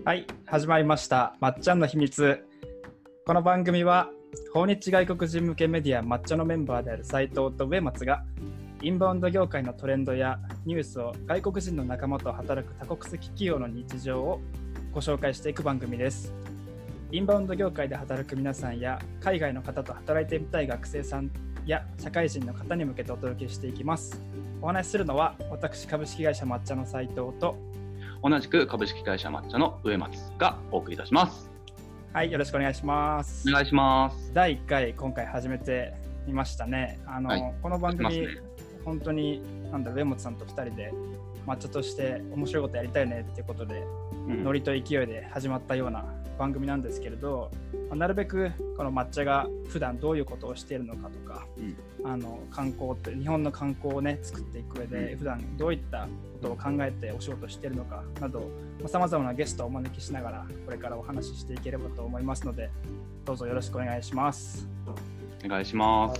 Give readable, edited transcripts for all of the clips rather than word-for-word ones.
はい、始まりました。まっちゃんの秘密。この番組は訪日外国人向けメディア抹茶のメンバーである斉藤と植松がインバウンド業界のトレンドやニュースを外国人の仲間と働く多国籍企業の日常をご紹介していく番組です。インバウンド業界で働く皆さんや海外の方と働いてみたい学生さんや社会人の方に向けてお届けしていきます。お話しするのは私株式会社抹茶の斉藤と同じく株式会社抹茶の植松がお送りいたします。 はい、よろしくお願いします。 お願いします。 第1回今回始めてみましたね。はい、この番組、ね、本当に植松さんと2人で抹茶として面白いことやりたいねっていうことで、ノリと勢いで始まったような番組なんですけれど、なるべくこの抹茶が普段どういうことをしているのかとか、観光って日本の観光をね作っていく上で、普段どういったことを考えてお仕事しているのかなど、さまざまなゲストをお招きしながらこれからお話ししていければと思いますので、どうぞよろしくお願いします。 お願いします。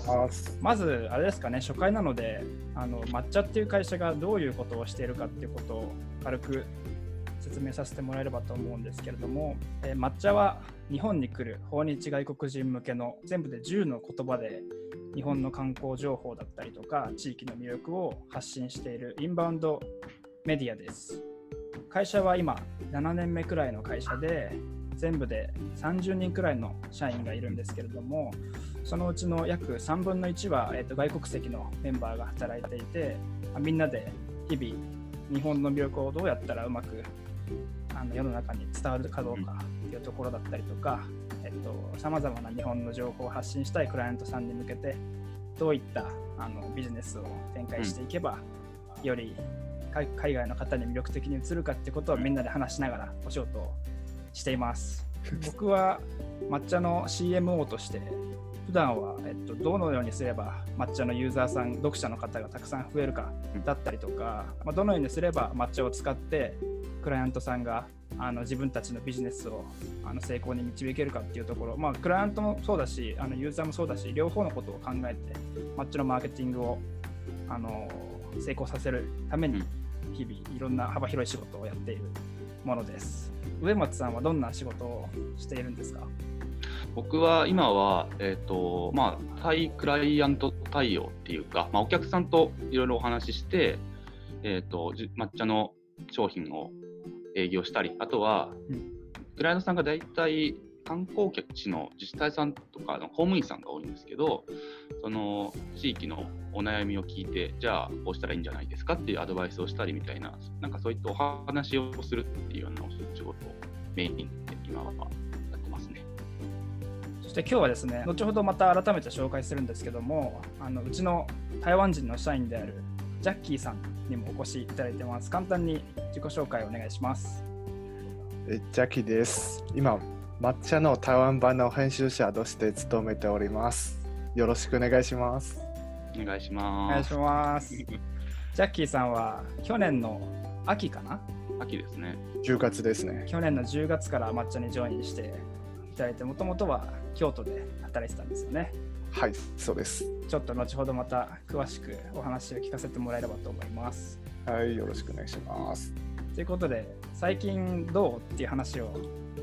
まずあれですかね、初回なので抹茶っていう会社がどういうことをしているかっていうことを軽く説明させてもらえればと思うんですけれども、抹茶は日本に来る訪日外国人向けの全部で10の言葉で日本の観光情報だったりとか地域の魅力を発信しているインバウンドメディアです。会社は今7年目くらいの会社で、全部で30人くらいの社員がいるんですけれども、そのうちの約3分の1は、外国籍のメンバーが働いていて、みんなで日々日本の魅力をどうやったらうまく世の中に伝わるかどうかっていうところだったりとか、さまざまな日本の情報を発信したいクライアントさんに向けてどういったビジネスを展開していけば、より海外の方に魅力的に映るかってことをみんなで話しながらお仕事をしています。僕は抹茶の CMO として普段は、どのようにすれば抹茶のユーザーさん、読者の方がたくさん増えるかだったりとか、どのようにすれば抹茶を使ってクライアントさんが自分たちのビジネスを成功に導けるかっていうところ、クライアントもそうだしユーザーもそうだし、両方のことを考えて抹茶のマーケティングを成功させるために日々いろんな幅広い仕事をやっているものです。植松さんはどんな仕事をしているんですか？ 僕は今は、対クライアント対応っていうか、お客さんといろいろお話しして、抹茶の商品を営業したり、あとは、クライアントさんがだいたい観光客地の自治体さんとかの公務員さんが多いんですけど、その地域のお悩みを聞いて、じゃあこうしたらいいんじゃないですかっていうアドバイスをしたりみたいな、そういったお話をするっていうようなお仕事をメインで今はやってますね。 そして今日はですね、後ほどまた改めて紹介するんですけども、うちの台湾人の社員であるジャッキーさんにもお越しいただいてます。簡単に自己紹介をお願いします。 ジャッキーです。今抹茶の台湾版の編集者として勤めております。よろしくお願いします。 お願いします。 お願いします。ジャッキーさんは去年の秋かな？ 秋ですね。 10月ですね。 去年の10月から抹茶にジョインしていただいて、もともとは京都で働いてたんですよね。 はい、そうです。 ちょっと後ほどまた詳しくお話を聞かせてもらえればと思います。 はい、よろしくお願いします。 ということで、最近どうっていう話を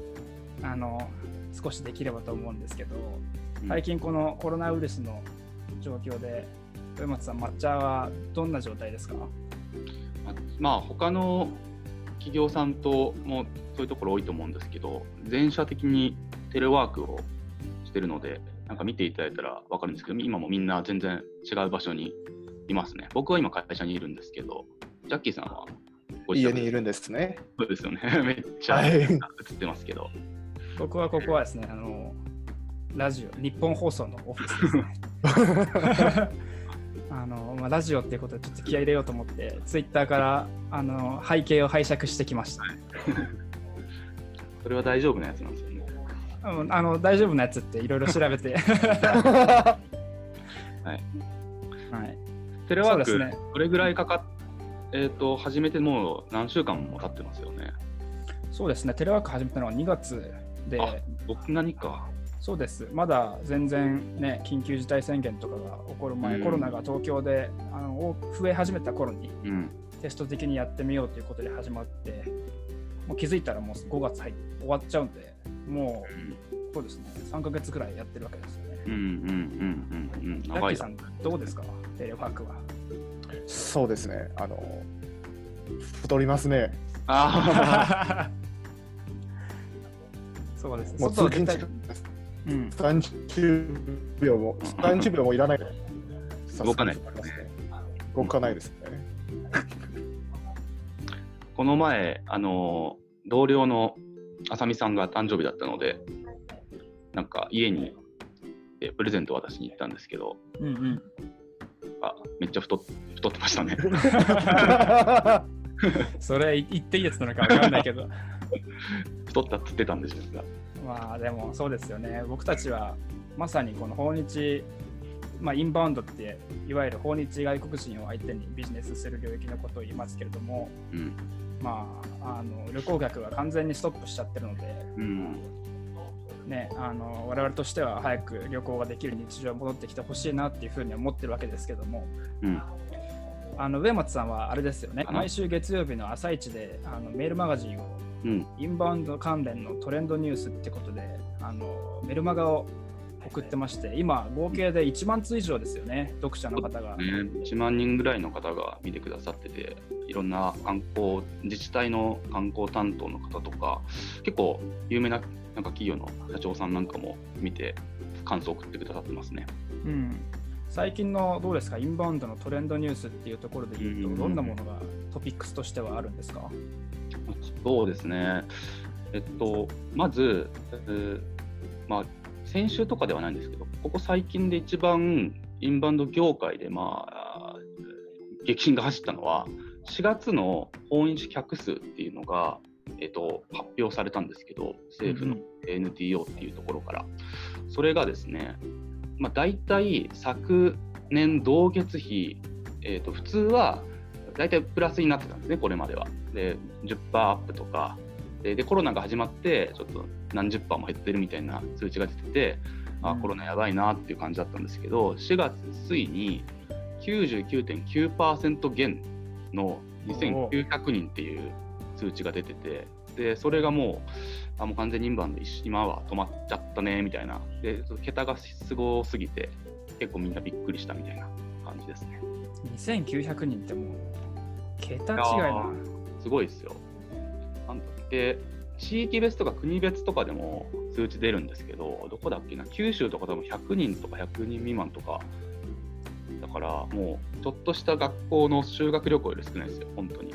少しできればと思うんですけど、最近このコロナウイルスの状況で植松さん、抹茶はどんな状態ですか？ 他の企業さんともそういうところ多いと思うんですけど、全社的にテレワークをしてるので、見ていただいたら分かるんですけど、今もみんな全然違う場所にいますね。僕は今会社にいるんですけど、ジャッキーさんは家にいるんですね。 そうですよね。めっちゃ映ってますけど。 僕はここはですね、ラジオ、日本放送のオフィスですね。ラジオっていうことでちょっと気合い入れようと思って、ツイッターから背景を拝借してきました。 それは大丈夫なやつなんですよね。 大丈夫なやつっていろいろ調べて。はい。 テレワーク、どれぐらいかかっ始めてもう何週間も経ってますよね。 そうですね、テレワーク始めたのは2月で。 僕何か。 そうです。まだ全然ね、緊急事態宣言とかが起こる前、コロナが東京で増え始めた頃に、テスト的にやってみようということで始まって、 もう気づいたらもう5月終わっちゃうんで、もう、そうですね、3ヶ月くらいやってるわけですよね。ヤッキーさん、どうですか、テレワークは。 そうですね、太りますね。 そうですね。 もう通勤中、30秒もいらないで。 動かない。 動かないですね。 この前、同僚のあさみさんが誕生日だったので、なんか家にプレゼントを渡しに行ったんですけど、めっちゃ太ってましたね。 それ言っていいやつなのか分かんないけど。 太ったって言ってたんでしょうか。 まあでもそうですよね。僕たちはまさにこの訪日、インバウンドっていわゆる訪日外国人を相手にビジネスする領域のことを言いますけれども、旅行客が完全にストップしちゃってるので、我々としては早く旅行ができる日常が戻ってきてほしいなっていうふうに思ってるわけですけども、上松さんはあれですよね、毎週月曜日の朝一でメールマガジンを、インバウンド関連のトレンドニュースってことでメルマガを送ってまして、今合計で1万通以上ですよね、読者の方が。 1万人ぐらいの方が見てくださってて、いろんな自治体の観光担当の方とか、結構有名な企業の社長さんなんかも見て感想を送ってくださってますね。 最近のどうですか、インバウンドのトレンドニュースっていうところで言うと、どんなものがトピックスとしてはあるんですか？ そうですね、まず、先週とかではないんですけど、ここ最近で一番インバウンド業界で激震が走ったのは、4月の訪日客数っていうのが、発表されたんですけど、政府の NTO っていうところから、それがですね、だいたい昨年同月比、普通はだいたいプラスになってたんですね、これまでは。で、10% アップとかでコロナが始まってちょっと何十%も減ってるみたいな通知が出てて、コロナやばいなっていう感じだったんですけど、4月ついに 99.9% 減の2900人っていう通知が出てて、でそれがもう完全にインバウンド今は止まっちゃったねみたいな、で桁がすごすぎて結構みんなびっくりしたみたいな感じですね。 2900人ってもう桁違いな。 すごいですよ。で地域別とか国別とかでも通知出るんですけど、どこだっけな、九州とか多分100人とか100人未満とかだから、もうちょっとした学校の修学旅行より少ないですよ、本当に。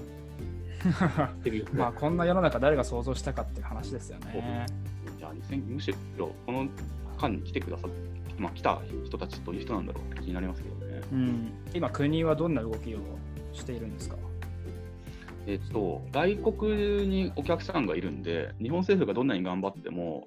こんな世の中誰が想像したかっていう話ですよね。 じゃあむしろこの間に来てくださって、来た人たちという人なんだろうって気になりますけどね。 今国はどんな動きをしているんですか？ 外国にお客さんがいるんで、日本政府がどんなに頑張っても、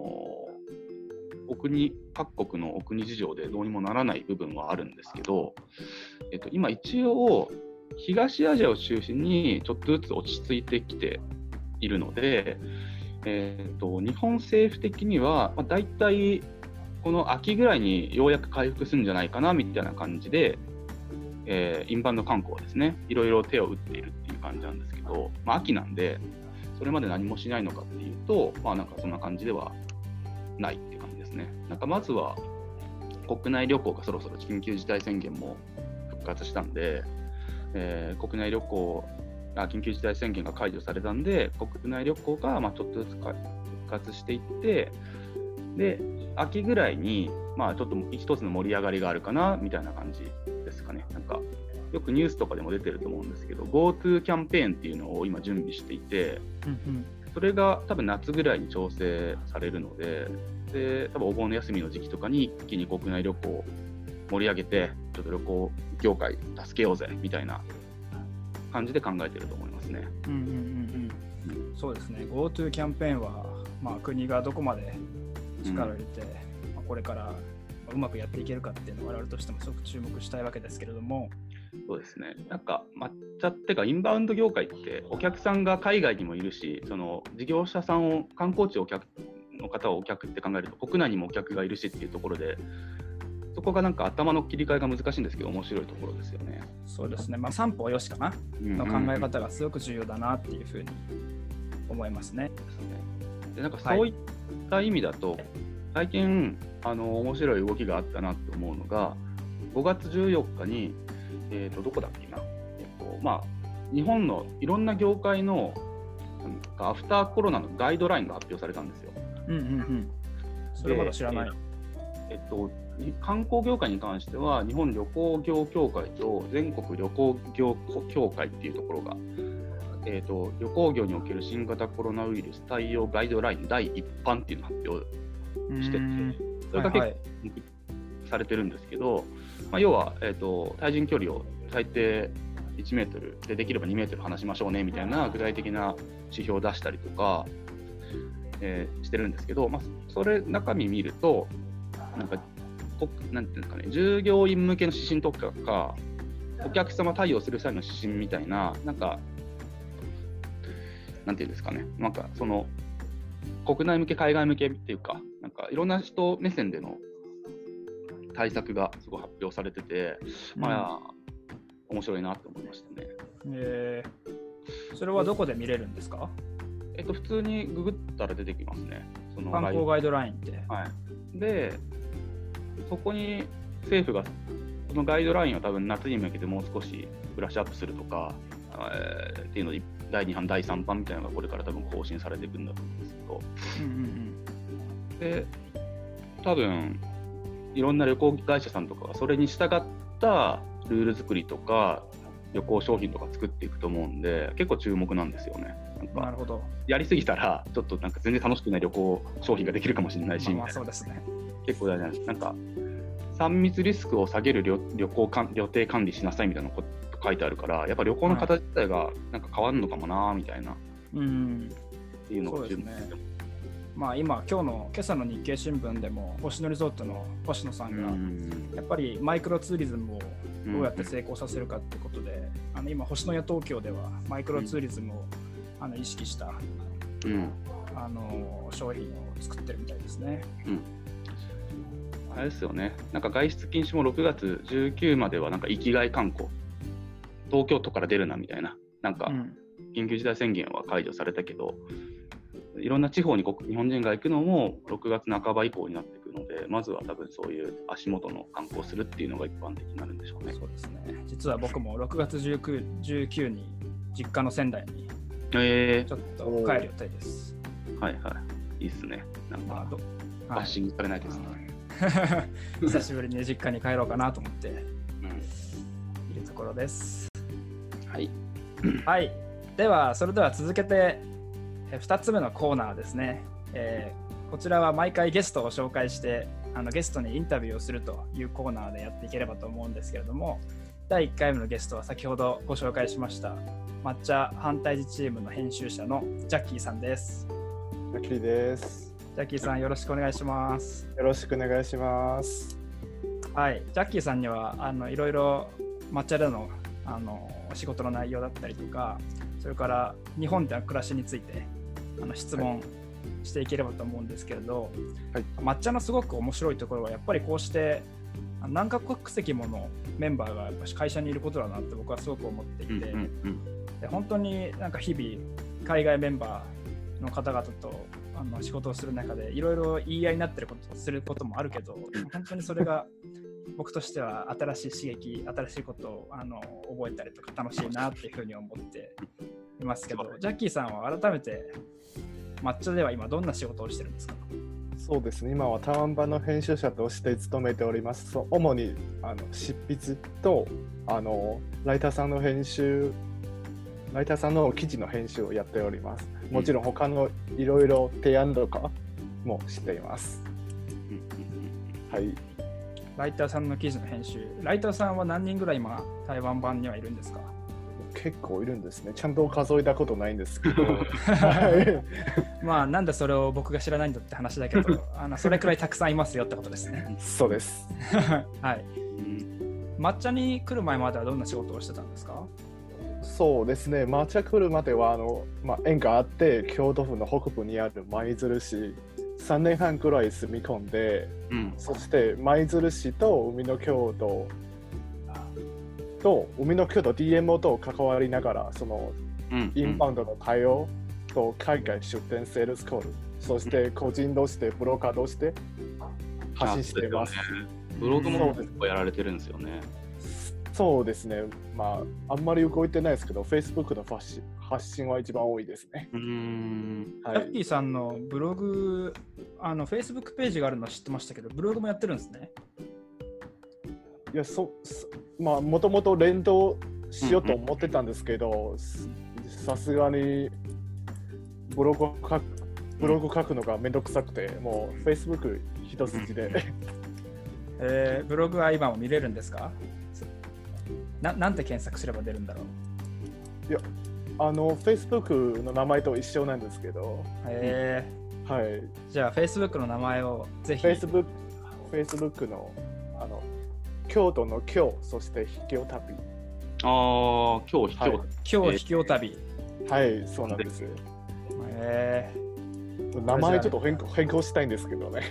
各国のお国事情でどうにもならない部分はあるんですけど、今一応東アジアを中心にちょっとずつ落ち着いてきているので、日本政府的にはだいたいこの秋ぐらいにようやく回復するんじゃないかなみたいな感じで、インバウンド観光ですね、いろいろ手を打っているっていう感じなんですけど、秋なんでそれまで何もしないのかっていうと、なんかそんな感じではないっていう感じですね。なんかまずは国内旅行がそろそろ緊急事態宣言も復活したんで、国内旅行緊急事態宣言が解除されたんで、国内旅行がちょっとずつ復活していって、で秋ぐらいにちょっと一つの盛り上がりがあるかなみたいな感じですかね。なんかよくニュースとかでも出てると思うんですけど、 GoTo キャンペーンっていうのを今準備していて、それが多分夏ぐらいに調整されるので、多分お盆休みの時期とかに一気に国内旅行を盛り上げて、ちょっと旅行業界助けようぜみたいな感じで考えてると思いますね。 そうですね。 GoTo キャンペーンは、国がどこまで力を入れて、これからうまくやっていけるかっていうのを我々としてもすごく注目したいわけですけれども。 そうですね。なんか抹茶ってかインバウンド業界ってお客さんが海外にもいるし、その事業者さんを観光地の方をお客って考えると国内にもお客がいるしっていうところで、そこがなんか頭の切り替えが難しいんですけど面白いところですよね。 そうですね。三方よしかなの考え方がすごく重要だなっていうふうに思いますね。 でなんかそういった意味だと、最近面白い動きがあったなって思うのが、5月14日に、どこだっけな、日本のいろんな業界のアフターコロナのガイドラインが発表されたんですよ。 それまだ知らない。 観光業界に関しては、日本旅行業協会と全国旅行業協会っていうところが、旅行業における新型コロナウイルス対応ガイドライン第1版っていうのを発表してて、それが結構されてるんですけど、要は、対人距離を最低1メートルでできれば2メートル離しましょうねみたいな具体的な指標を出したりとか、してるんですけど、それ中身見るとなんていうんですかね、従業員向けの指針とかお客様対応する際の指針みたいな、なんていうんですかね、その国内向け海外向けっていうか、いろんな人目線での対策がすごい発表されてて、面白いなと思いましたね。 それはどこで見れるんですか？ 普通にググったら出てきますね。その観光ガイドラインって。 で、そこに政府がそのガイドラインを多分夏に向けてもう少しブラッシュアップするとか、っていうので第2版第3版みたいなのがこれから多分更新されていくんだと思うんですけど、で多分いろんな旅行会社さんとかがそれに従ったルール作りとか旅行商品とか作っていくと思うんで、結構注目なんですよね。 なるほど。 やりすぎたらちょっと全然楽しくない旅行商品ができるかもしれないし、 そうですね。 結構大事なんです。3密リスクを下げる予定管理しなさいみたいなこと書いてあるから、やっぱ旅行の形自体が変わるのかもなみたいな、っていうのが注目ですね。 今朝の日経新聞でも星野リゾートの星野さんがやっぱりマイクロツーリズムをどうやって成功させるかってことで、今星野や東京ではマイクロツーリズムを意識した、商品を作ってるみたいですね。 あれですよね、外出禁止も6月19までは生きがい観光、東京都から出るなみたいな、緊急事態宣言は解除されたけど、いろんな地方に日本人が行くのも6月半ば以降になっていくので、まずは多分そういう足元の観光するっていうのが一般的になるんでしょうね。 そうですね。実は僕も6月19に実家の仙台にちょっと帰る予定です。いいっすね。バッシングされないですね。 久しぶりに実家に帰ろうかなと思っているところです。はい。それでは続けて2つ目のコーナーですね。こちらは毎回ゲストを紹介してゲストにインタビューをするというコーナーでやっていければと思うんですけれども、第1回目のゲストは先ほどご紹介しました抹茶反対時チームの編集者のジャッキーさんです。 ジャッキーです。 ジャッキーさん、よろしくお願いします。 よろしくお願いします。 ジャッキーさんにはいろいろ抹茶での仕事の内容だったりとか、それから日本での暮らしについて質問していければと思うんですけれど、抹茶のすごく面白いところはやっぱりこうして何カ国籍ものメンバーがやっぱ会社にいることだなって僕はすごく思っていて、で本当に日々海外メンバーの方々と仕事をする中でいろいろ言い合いになってることをすることもあるけど、本当にそれが僕としては新しい刺激、新しいことを覚えたりとか楽しいなっていうふうに思っていますけど、ジャッキーさんは改めて抹茶では今どんな仕事をしてるんですか？ そうですね、今は台湾版の編集者として勤めております。主に執筆とライターさんの記事の編集をやっております。もちろん他のいろいろ提案とかもしています。 ライターさんの記事の編集、ライターさんは何人ぐらい今台湾版にはいるんですか？ 結構いるんですね。ちゃんと数えたことないんですけどなんでそれを僕が知らないんだって話だけどそれくらいたくさんいますよってことですね。 そうです抹茶に来る前まではどんな仕事をしてたんですか？ そうですね、抹茶来るまでは縁があって京都府の北部にある舞鶴市3年半くらい住み込んで、そして舞鶴市と海の京都DMO と関わりながらそのインバウンドの対応と海外出店セールスコール、そして個人としてブローカーとして発信しています。 ブログも結構やられてるんですよね。 そうですね。まあ、あんまり動いてないですけど、Facebook の発信は一番多いですね。 ジャッキーさんのブログ、Facebook ページがあるのは知ってましたけど、ブログもやってるんですね。 いや、まあ、もともと連動しようと思ってたんですけど、さすがにブログ書くのがめんどくさくて、もう Facebook 一筋で。 ブログは今も見れるんですか？なんて検索すれば出るんだろう？ いや、Facebook の名前と一緒なんですけど。はい。 じゃあ Facebook の名前をぜひ。 Facebook の京都の京、そして秘境旅。 京秘境。 京秘境旅。 はい、そうなんです。名前ちょっと変更したいんですけどね。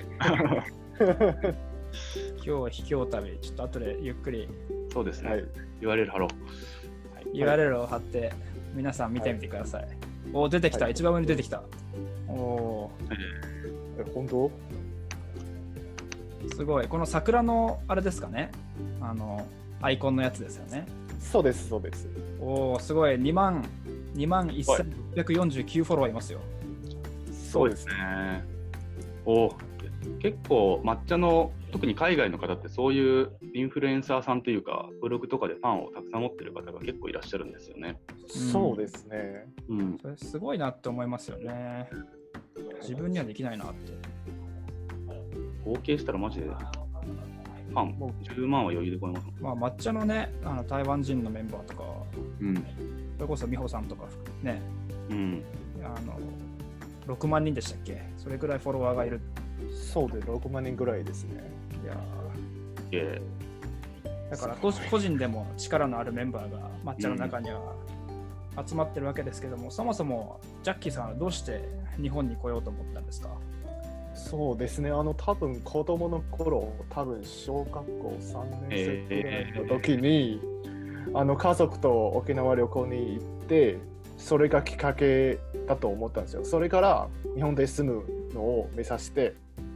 今日秘境旅、ちょっと後でゆっくり。 そうですね。URL 貼ろう。 URL を貼って皆さん見てみてください。お、出てきた、一番上に出てきた。お本当？ すごい。この桜のあれですかね。アイコンのやつですよね。 そうです、そうです。 お、すごい。2万1649フォロワーいますよ。 そうですね。 結構抹茶の特に海外の方ってそういうインフルエンサーさんというかブログとかでファンをたくさん持ってる方が結構いらっしゃるんですよね。 そうですね。 それすごいなって思いますよね。自分にはできないなって。 合計したらマジでファン10万は余裕で超えます。 まあ抹茶のね、台湾人のメンバーとか、それこそ美穂さんとかね、6万人でしたっけ？それぐらいフォロワーがいる。 そうで6万人ぐらいですね。 いやだから個人でも力のあるメンバーが抹茶の中には集まってるわけですけども、そもそもジャッキーさんはどうして日本に来ようと思ったんですか？ そうですね、多分子供の頃、多分小学校3年生ぐらいの時に、家族と沖縄旅行に行って、それがきっかけだと思ったんですよ。それから日本で住むのを目指して、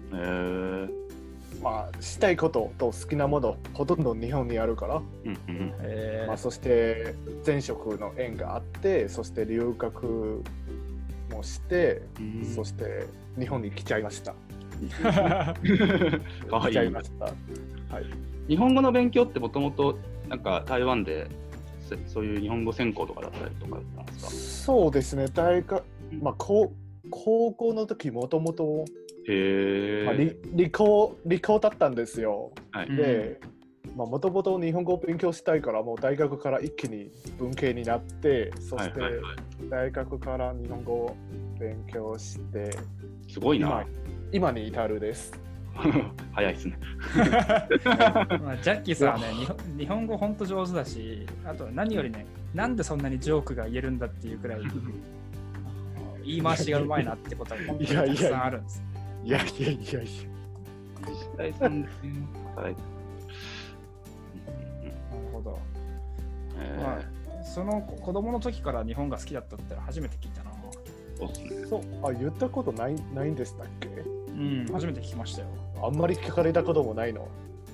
まあ、したいことと好きなものほとんど日本にあるから、まあ、そして前職の縁があって、そして留学もして、そして日本に来ちゃいました。 かわいい。 来ちゃいました。はい。 日本語の勉強ってもともとなんか台湾でそういう日本語専攻とかだったりとかなんですか？そうですね。 まあ、高校の時もともと理工だったんですよ。で、もともと日本語を勉強したいから、もう大学から一気に文系になって、そして大学から日本語を勉強して、 すごいな。 今に至るです。 早いですね。 ジャッキーさんはね、日本語本当上手だし、あと何よりね、なんでそんなにジョークが言えるんだっていうくらい言い回しがうまいなってことは本当にたくさんあるんです。 いや。 自治体さんですね。 なるほど。その子供の時から日本が好きだったって初めて聞いたな。 言ったことないんでしたっけ？ 初めて聞きましたよ。 あんまり聞かれたこともないの。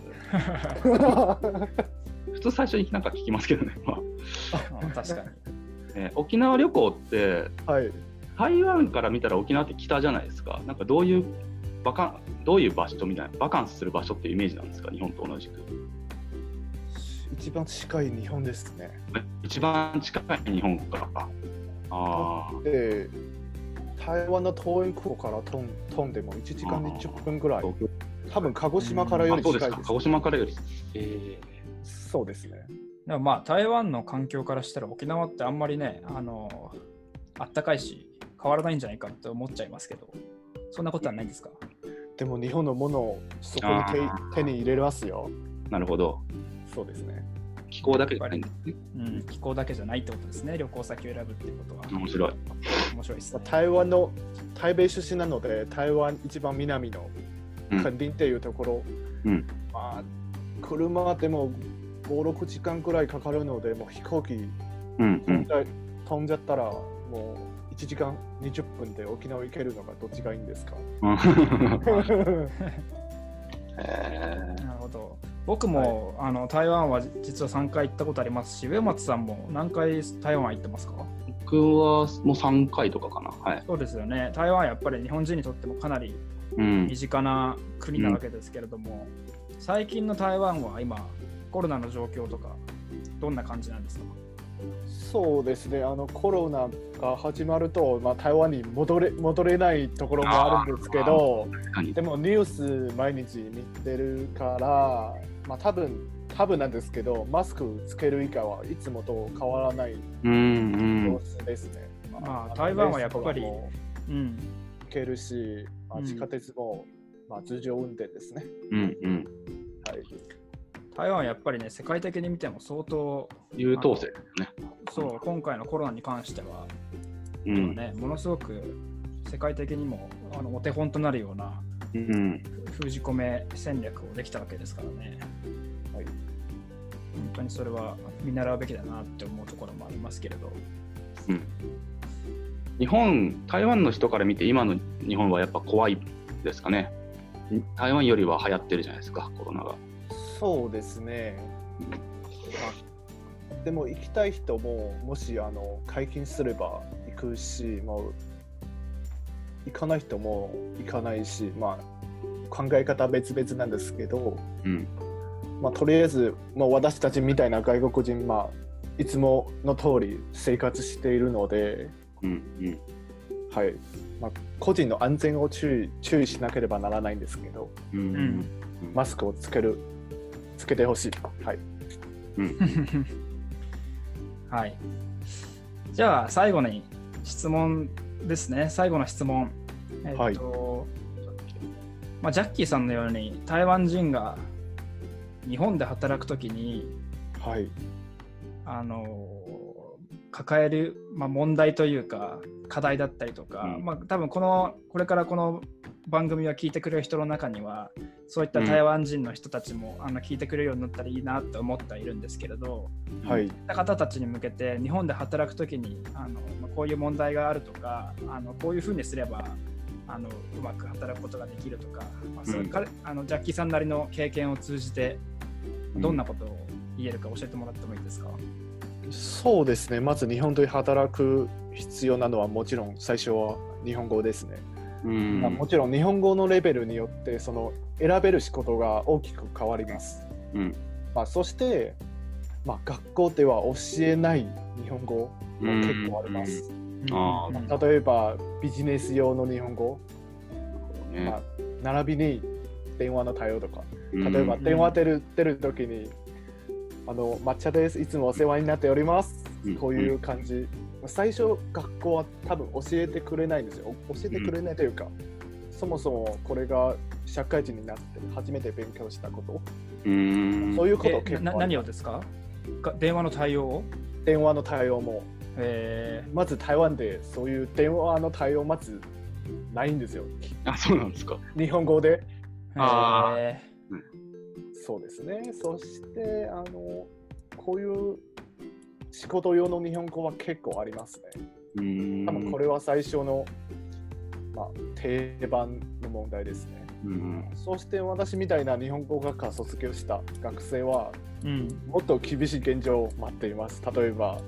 普通最初になんか聞きますけどね。 確かに。 沖縄旅行って、 はい、 台湾から見たら沖縄って北じゃないですか。なんかどういう場所みたいな、バカンスする場所っていうイメージなんですか、日本と同じく。 一番近い日本ですね。 一番近い日本か。 で、台湾の桃園空港から飛んでも1時間20分ぐらい。多分鹿児島からより近いです。 鹿児島からより。 そうですね。 でもまあ台湾の環境からしたら沖縄ってあんまりね、あったかいし変わらないんじゃないかって思っちゃいますけど、そんなことはないんですか？ でも日本のものをそこに手に入れますよ。 なるほど。 そうですね。 気候だけじゃないんですね。 気候だけじゃないってことですね。旅行先を選ぶっていうことは。 面白いですね。台北出身なので、台湾一番南の垦丁っていうところ、まあ、車でも5、6時間くらいかかるので、もう飛行機飛んじゃったらもう 1時間20分で沖縄行けるのがどっちがいいんですか？ なるほど。僕も、台湾は実は3回行ったことありますし、上松さんも何回台湾行ってますか？ 僕はもう3回とかかな。はい。 そうですよね。台湾はやっぱり日本人にとってもかなり身近な国なわけですけれども、最近の台湾は今コロナの状況とかどんな感じなんですか？ そうですね、コロナが始まると、台湾に戻れないところもあるんですけど、でもニュース毎日見てるから、多分なんですけど、マスクつける以下はいつもと変わらない様子ですね。 台湾はやっぱり行けるし、地下鉄も、通常運転ですね。はい。 台湾はやっぱりね、世界的に見ても相当優等生ですね。 そう、今回のコロナに関しては、ものすごく世界的にもお手本となるような封じ込め戦略をできたわけですからね。はい、本当にそれは見習うべきだなって思うところもありますけれど。 台湾の人から見て今の日本はやっぱ怖いですかね。台湾よりは流行ってるじゃないですか、コロナが。 そうですね。でも行きたい人ももし解禁すれば行くし、行かない人も行かないし、考え方別々なんですけど、とりあえず、私たちみたいな外国人、いつもの通り生活しているので、はい、個人の安全を注意しなければならないんですけど、マスクをつけてほしい。はい。 はい。じゃあ最後に質問ですね。最後の質問。ジャッキーさんのように台湾人が日本で働くときに、抱える、問題というか課題だったりとか、多分これからこの番組を聞いてくれる人の中にはそういった台湾人の人たちも、聞いてくれるようになったらいいなと思ってはいるんですけれど、そういった方たちに向けて日本で働くときにこういう問題があるとかこういうふうにすればうまく働くことができるとか、それからジャッキーさんなりの経験を通じてどんなことを言えるか教えてもらってもいいですか？ そうですね。まず日本で働く必要なのはもちろん最初は日本語ですね。もちろん日本語のレベルによってその選べる仕事が大きく変わります。そして、学校では教えない日本語も結構あります。例えばビジネス用の日本語、並びに電話の対応とか、例えば電話出るときに抹茶です、いつもお世話になっております、こういう感じ。最初学校は多分教えてくれないんですよ。教えてくれないというか、そもそもこれが社会人になって初めて勉強したこと、そういうこと結構何をですか？電話の対応？ 電話の対応も、まず台湾でそういう電話の対応まずないんですよ。 そうなんですか。 日本語で。そうですね。そしてこういう仕事用の日本語は結構ありますね。多分これは最初の、定番の問題ですね。そして私みたいな日本語学科卒業した学生は、もっと厳しい現状を待っています。例えば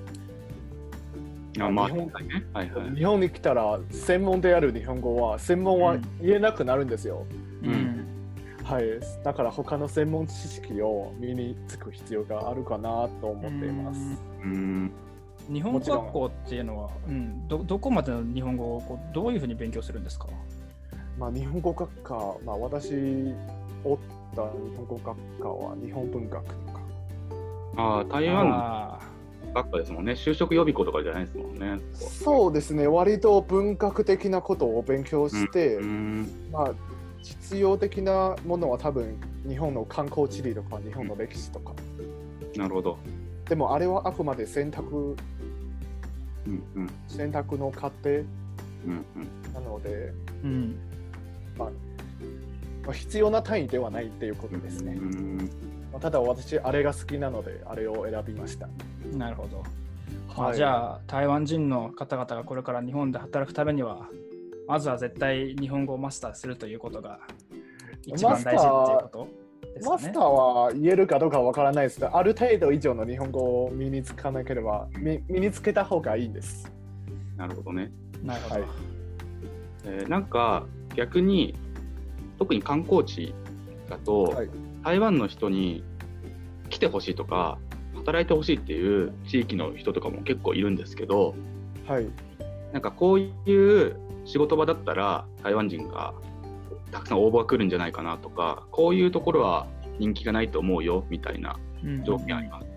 日本に来たら専門である日本語は専門は言えなくなるんですよ。だから他の専門知識を身につく必要があるかなと思っています。 日本語学校っていうのは、どこまでの日本語をどういうふうに勉強するんですか？ 日本語学科、私おった日本語学科は日本文学とか。 台湾学科ですもんね。就職予備校とかじゃないですもんね。 そうですね。割と文学的なことを勉強して、実用的なものは多分日本の観光地理とか日本の歴史とか。 なるほど。 でもあれはあくまで選択の過程なので、必要な単位ではないっていうことですね。ただ私あれが好きなのであれを選びました。 なるほど。 じゃあ台湾人の方々がこれから日本で働くためにはまずは絶対日本語をマスターするということが一番大事っていうことですかね。 マスターは言えるかどうかわからないですが、ある程度以上の日本語を身につかなければ身につけた方がいいんです。 なるほどね。 なるほど。 なんか逆に特に観光地だと、台湾の人に来てほしいとか働いてほしいっていう地域の人とかも結構いるんですけど、なんかこういう仕事場だったら台湾人がたくさん応募が来るんじゃないかなとか、こういうところは人気がないと思うよみたいな条件あります。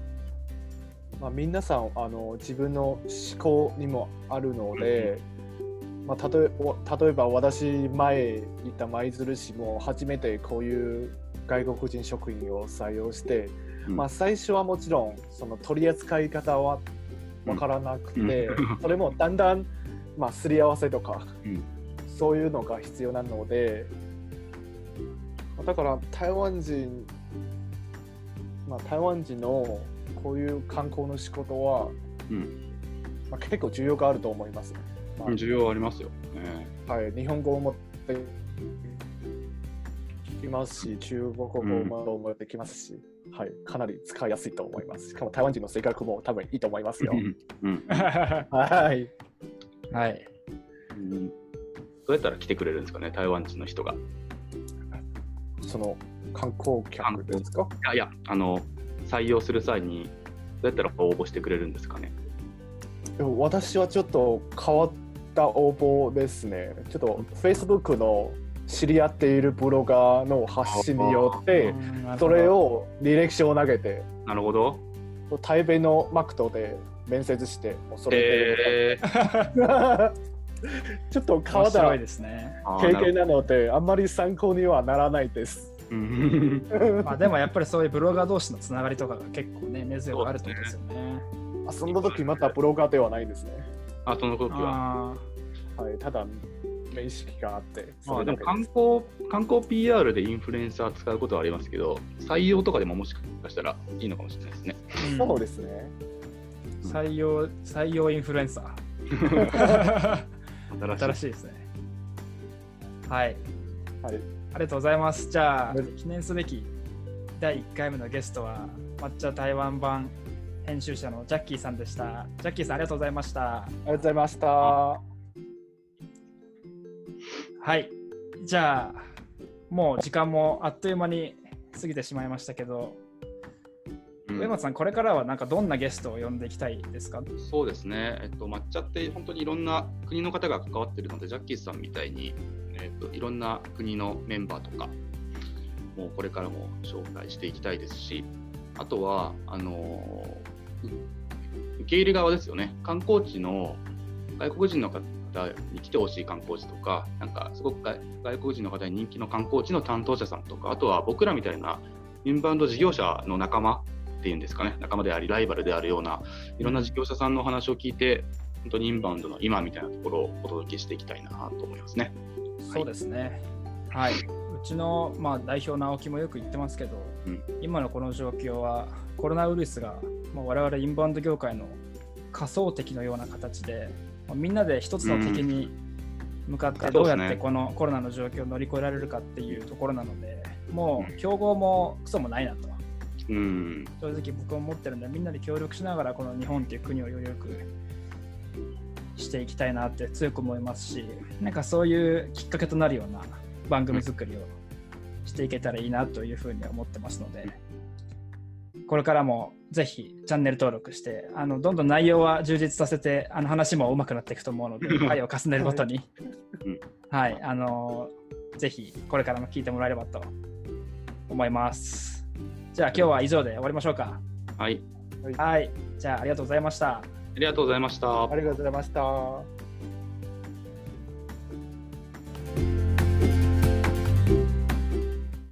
皆さん自分の思考にもあるので、例えば私前行った舞鶴市も初めてこういう外国人職員を採用して、最初はもちろんその取り扱い方は分からなくて、それもだんだんすり合わせとか、そういうのが必要なので、だから台湾人のこういう観光の仕事は、結構重要があると思います。 重要ありますよ、 日本語を持ってきますし、中国語も持ってきますし、かなり使いやすいと思います。しかも台湾人の性格も多分いいと思いますよ。はい。 どうやったら来てくれるんですかね、台湾人の人が。 その観光客ですか？ いや、採用する際にどうやったら応募してくれるんですかね。 私はちょっと変わった応募ですね。ちょっと Facebook の知り合っているブロガーの発信によってそれを履歴書を投げて、 なるほど、 台北のマクドで面接して、それでちょっと変わった経験なのであんまり参考にはならないです。 でもやっぱりそういうブロガー同士のつながりとかが結構ね根強くあるってことですよね。 その時またブロガーではないですね。 その時はただ面識があって。 でも観光 PR でインフルエンサー使うことはありますけど、採用とかでももしかしたらいいのかもしれないですね。 そうですね。 採用インフルエンサー。新しいですね。ありがとうございます。じゃあ記念すべき第1回目のゲストは抹茶台湾版編集者のジャッキーさんでした。ジャッキーさんありがとうございました。 ありがとうございました。 じゃあもう時間もあっという間に過ぎてしまいましたけど、上松さんこれからはどんなゲストを呼んでいきたいですか？ そうですね、抹茶って本当にいろんな国の方が関わっているので、ジャッキーさんみたいに、いろんな国のメンバーとかもうこれからも紹介していきたいですし、あとは受け入れ側ですよね。観光地の外国人の方に来てほしい観光地とか、すごく外国人の方に人気の観光地の担当者さんとか、あとは僕らみたいなインバウンド事業者の仲間っていうんですかね、仲間でありライバルであるようないろんな事業者さんのお話を聞いて、本当にインバウンドの今みたいなところをお届けしていきたいなと思いますね。 そうですね。うちの、代表の青木もよく言ってますけど、今のこの状況はコロナウイルスが、我々インバウンド業界の仮想敵のような形で、みんなで一つの敵に向かってどうやってこのコロナの状況を乗り越えられるかっていうところなので、もう競合もクソもないなと、正直僕は思ってるんで、みんなで協力しながらこの日本っていう国をよりよくしていきたいなって強く思いますし、そういうきっかけとなるような番組作りをしていけたらいいなというふうに思ってますので、これからもぜひチャンネル登録してどんどん内容は充実させて話も上手くなっていくと思うので回を重ねるごとにぜひこれからも聞いてもらえればと思います。じゃあ今日は以上で終わりましょうか。じゃあありがとうございました。 ありがとうございました。 ありがとうございました。